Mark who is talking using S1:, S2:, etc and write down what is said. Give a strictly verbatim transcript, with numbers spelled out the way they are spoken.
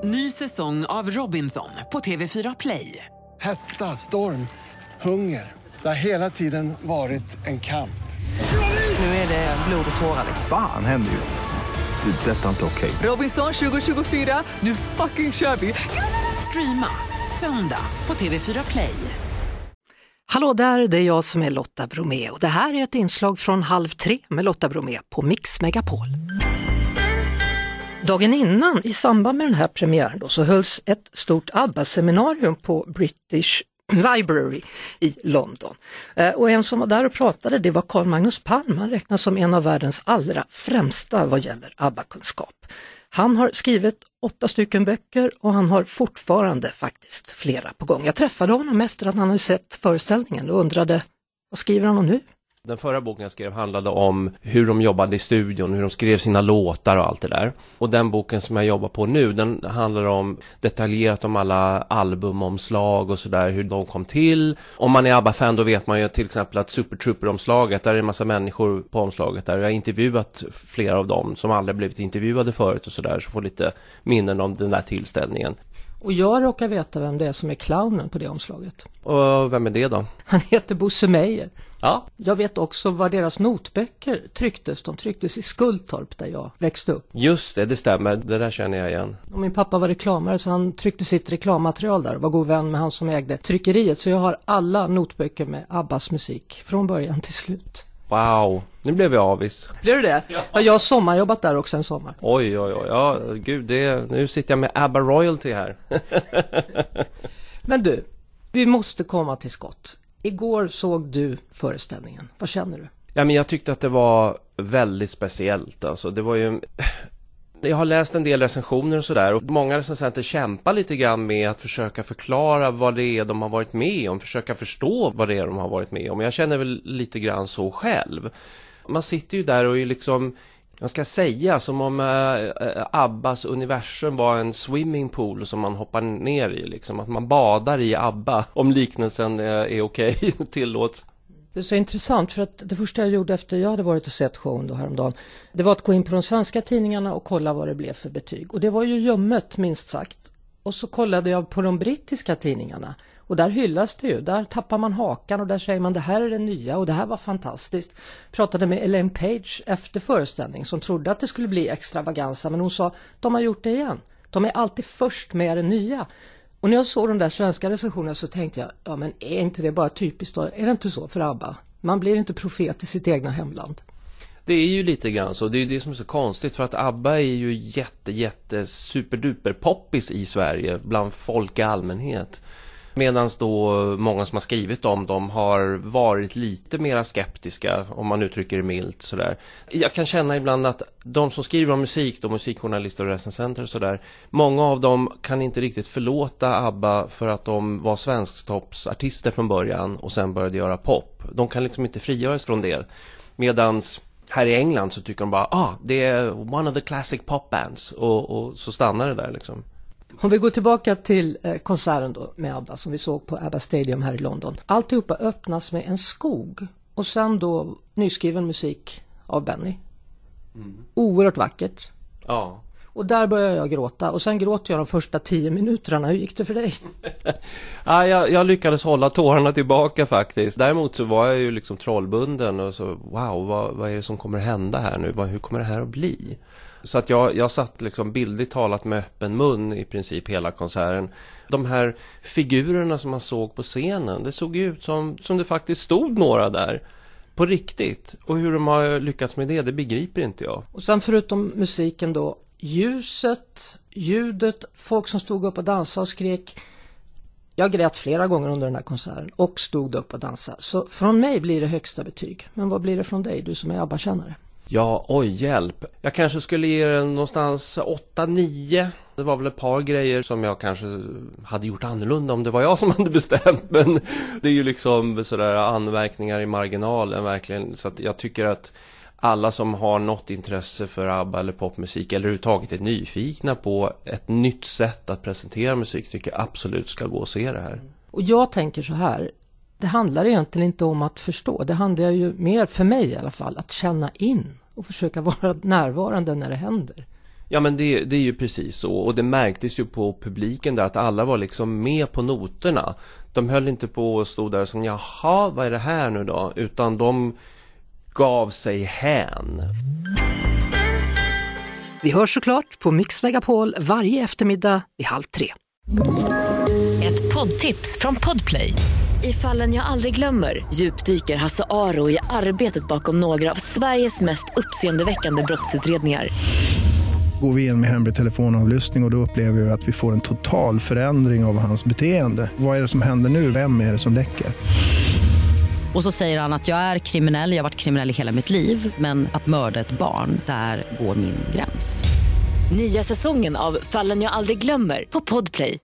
S1: Ny säsong av Robinson på T V fyra Play.
S2: Hetta, storm, hunger. Det har hela tiden varit en kamp.
S1: Nu är det blod och tårar.
S3: Fan händer just det. Det är detta inte okej.
S1: Robinson tjugo tjugofyra, nu fucking kör vi. Streama söndag på T V fyra Play.
S4: Hallå där, det är jag som är Lotta Bromé och det här är ett inslag från Halv tre med Lotta Bromé på Mix Megapol. Dagen innan, i samband med den här premiären då, så hölls ett stort ABBA-seminarium på British Library i London. Eh, och en som var där och pratade, det var Carl Magnus Palm. Han räknas som en av världens allra främsta vad gäller ABBA-kunskap. Han har skrivit åtta stycken böcker och han har fortfarande faktiskt flera på gång. Jag träffade honom efter att han hade sett föreställningen och undrade, vad skriver han om nu?
S5: Den förra boken jag skrev handlade om hur de jobbade i studion, hur de skrev sina låtar och allt det där. Och den boken som jag jobbar på nu, den handlar om detaljerat om alla albumomslag och sådär, hur de kom till. Om man är ABBA-fan då vet man ju till exempel att Super Trooper-omslaget, där är en massa människor på omslaget där. Jag har intervjuat flera av dem som aldrig blivit intervjuade förut och sådär, så får lite minnen om den där tillställningen.
S4: Och jag råkar veta vem det är som är clownen på det omslaget.
S5: Och vem är det då?
S4: Han heter Bosse Meyer.
S5: Ja.
S4: Jag vet också var deras notböcker trycktes. De trycktes i Skultorp där jag växte upp.
S5: Just det, det stämmer. Det där känner jag igen.
S4: Och min pappa var reklamare så han tryckte sitt reklammaterial där och var god vän med han som ägde tryckeriet. Så jag har alla notböcker med Abbas musik från början till slut.
S5: Wow, nu blev jag avis.
S4: Blev du det? Ja. Ja, jag har sommarjobbat där också en sommar.
S5: Oj, oj, oj. Ja, gud, det, nu sitter jag med ABBA Royalty här.
S4: Men du, vi måste komma till skott. Igår såg du föreställningen. Vad känner du?
S5: Ja, men jag tyckte att det var väldigt speciellt. Alltså, det var ju... Jag har läst en del recensioner och sådär, och många recensenter kämpar lite grann med att försöka förklara vad det är de har varit med om, försöka förstå vad det är de har varit med om. Jag känner väl lite grann så själv. Man sitter ju där och är liksom, jag ska säga, som om äh, Abbas universum var en swimmingpool som man hoppar ner i, liksom. Att man badar i ABBA, om liknelsen äh, är okej okay, tillåts.
S4: Det är så intressant för att det första jag gjorde efter jag hade varit och sett showen då häromdagen, det var att gå in på de svenska tidningarna och kolla vad det blev för betyg. Och det var ju ljummet minst sagt. Och så kollade jag på de brittiska tidningarna och där hyllas det ju. Där tappar man hakan och där säger man det här är det nya och det här var fantastiskt. Pratade med Elaine Page efter föreställning som trodde att det skulle bli extravaganza, men hon sa de har gjort det igen. De är alltid först med det nya. Och när jag såg de där svenska recensionerna så tänkte jag, ja men är inte det bara typiskt då? Är det inte så för ABBA? Man blir inte profet i sitt egna hemland.
S5: Det är ju lite grann så, det är ju det som är så konstigt, för att ABBA är ju jätte, jätte superduper poppis i Sverige bland folk i allmänhet. Medan då många som har skrivit om dem har varit lite mer skeptiska, om man uttrycker det milt sådär. Jag kan känna ibland att de som skriver om musik, de musikjournalister och recensenter och sådär, många av dem kan inte riktigt förlåta ABBA för att de var svensktoppsartister från början och sen började göra pop. De kan liksom inte frigöras från det. Medans här i England så tycker de bara, ah, det är one of the classic pop bands, och, och så stannar det där liksom.
S4: Om vi går tillbaka till eh, konserten då med ABBA som vi såg på ABBA Stadium här i London. Alltihopa öppnas med en skog och sen då nyskriven musik av Benny. Mm. Oerhört vackert.
S5: Ja.
S4: Och där började jag gråta och sen gråter jag de första tio minuterna. Hur gick det för dig?
S5: ja, jag, jag lyckades hålla tårarna tillbaka faktiskt. Däremot så var jag ju liksom trollbunden och så, wow, vad, vad är det som kommer hända här nu? Vad, hur kommer det här att bli? Så att jag, jag satt liksom bildligt talat med öppen mun i princip hela konserten. De här figurerna som man såg på scenen, det såg ut som, som det faktiskt stod några där. På riktigt. Och hur de har lyckats med det, det begriper inte jag.
S4: Och sen förutom musiken då, ljuset, ljudet, folk som stod upp och dansade och skrek. Jag grät flera gånger under den här konserten och stod upp och dansade. Så från mig blir det högsta betyg. Men vad blir det från dig, du som är ABBA-kännare?
S5: Ja, oj hjälp. Jag kanske skulle ge den någonstans åtta nio. Det var väl ett par grejer som jag kanske hade gjort annorlunda om det var jag som hade bestämt. Men det är ju liksom sådär anmärkningar i marginalen verkligen. Så att jag tycker att alla som har något intresse för ABBA eller popmusik eller överhuvudtaget är nyfikna på ett nytt sätt att presentera musik tycker jag absolut ska gå och se det här.
S4: Och jag tänker så här, det handlar egentligen inte om att förstå. Det handlar ju mer, för mig i alla fall, att känna in och försöka vara närvarande när det händer.
S5: Ja, men det, det är ju precis så, och det märktes ju på publiken där att alla var liksom med på noterna. De höll inte på och stod där som jaha, vad är det här nu då? Utan de gav sig hän.
S6: Vi hörs såklart på Mix Megapol varje eftermiddag vid halv tre.
S7: Ett poddtips från Podplay. I Fallen jag aldrig glömmer djupdyker Hasse Aro i arbetet bakom några av Sveriges mest uppseendeväckande brottsutredningar.
S8: Går vi in med hemlig telefonavlyssning och, och då upplever vi att vi får en total förändring av hans beteende. Vad är det som händer nu? Vem är det som läcker?
S9: Och så säger han att jag är kriminell, jag har varit kriminell i hela mitt liv. Men att mörda ett barn, där går min gräns.
S7: Nya säsongen av Fallen jag aldrig glömmer på Podplay.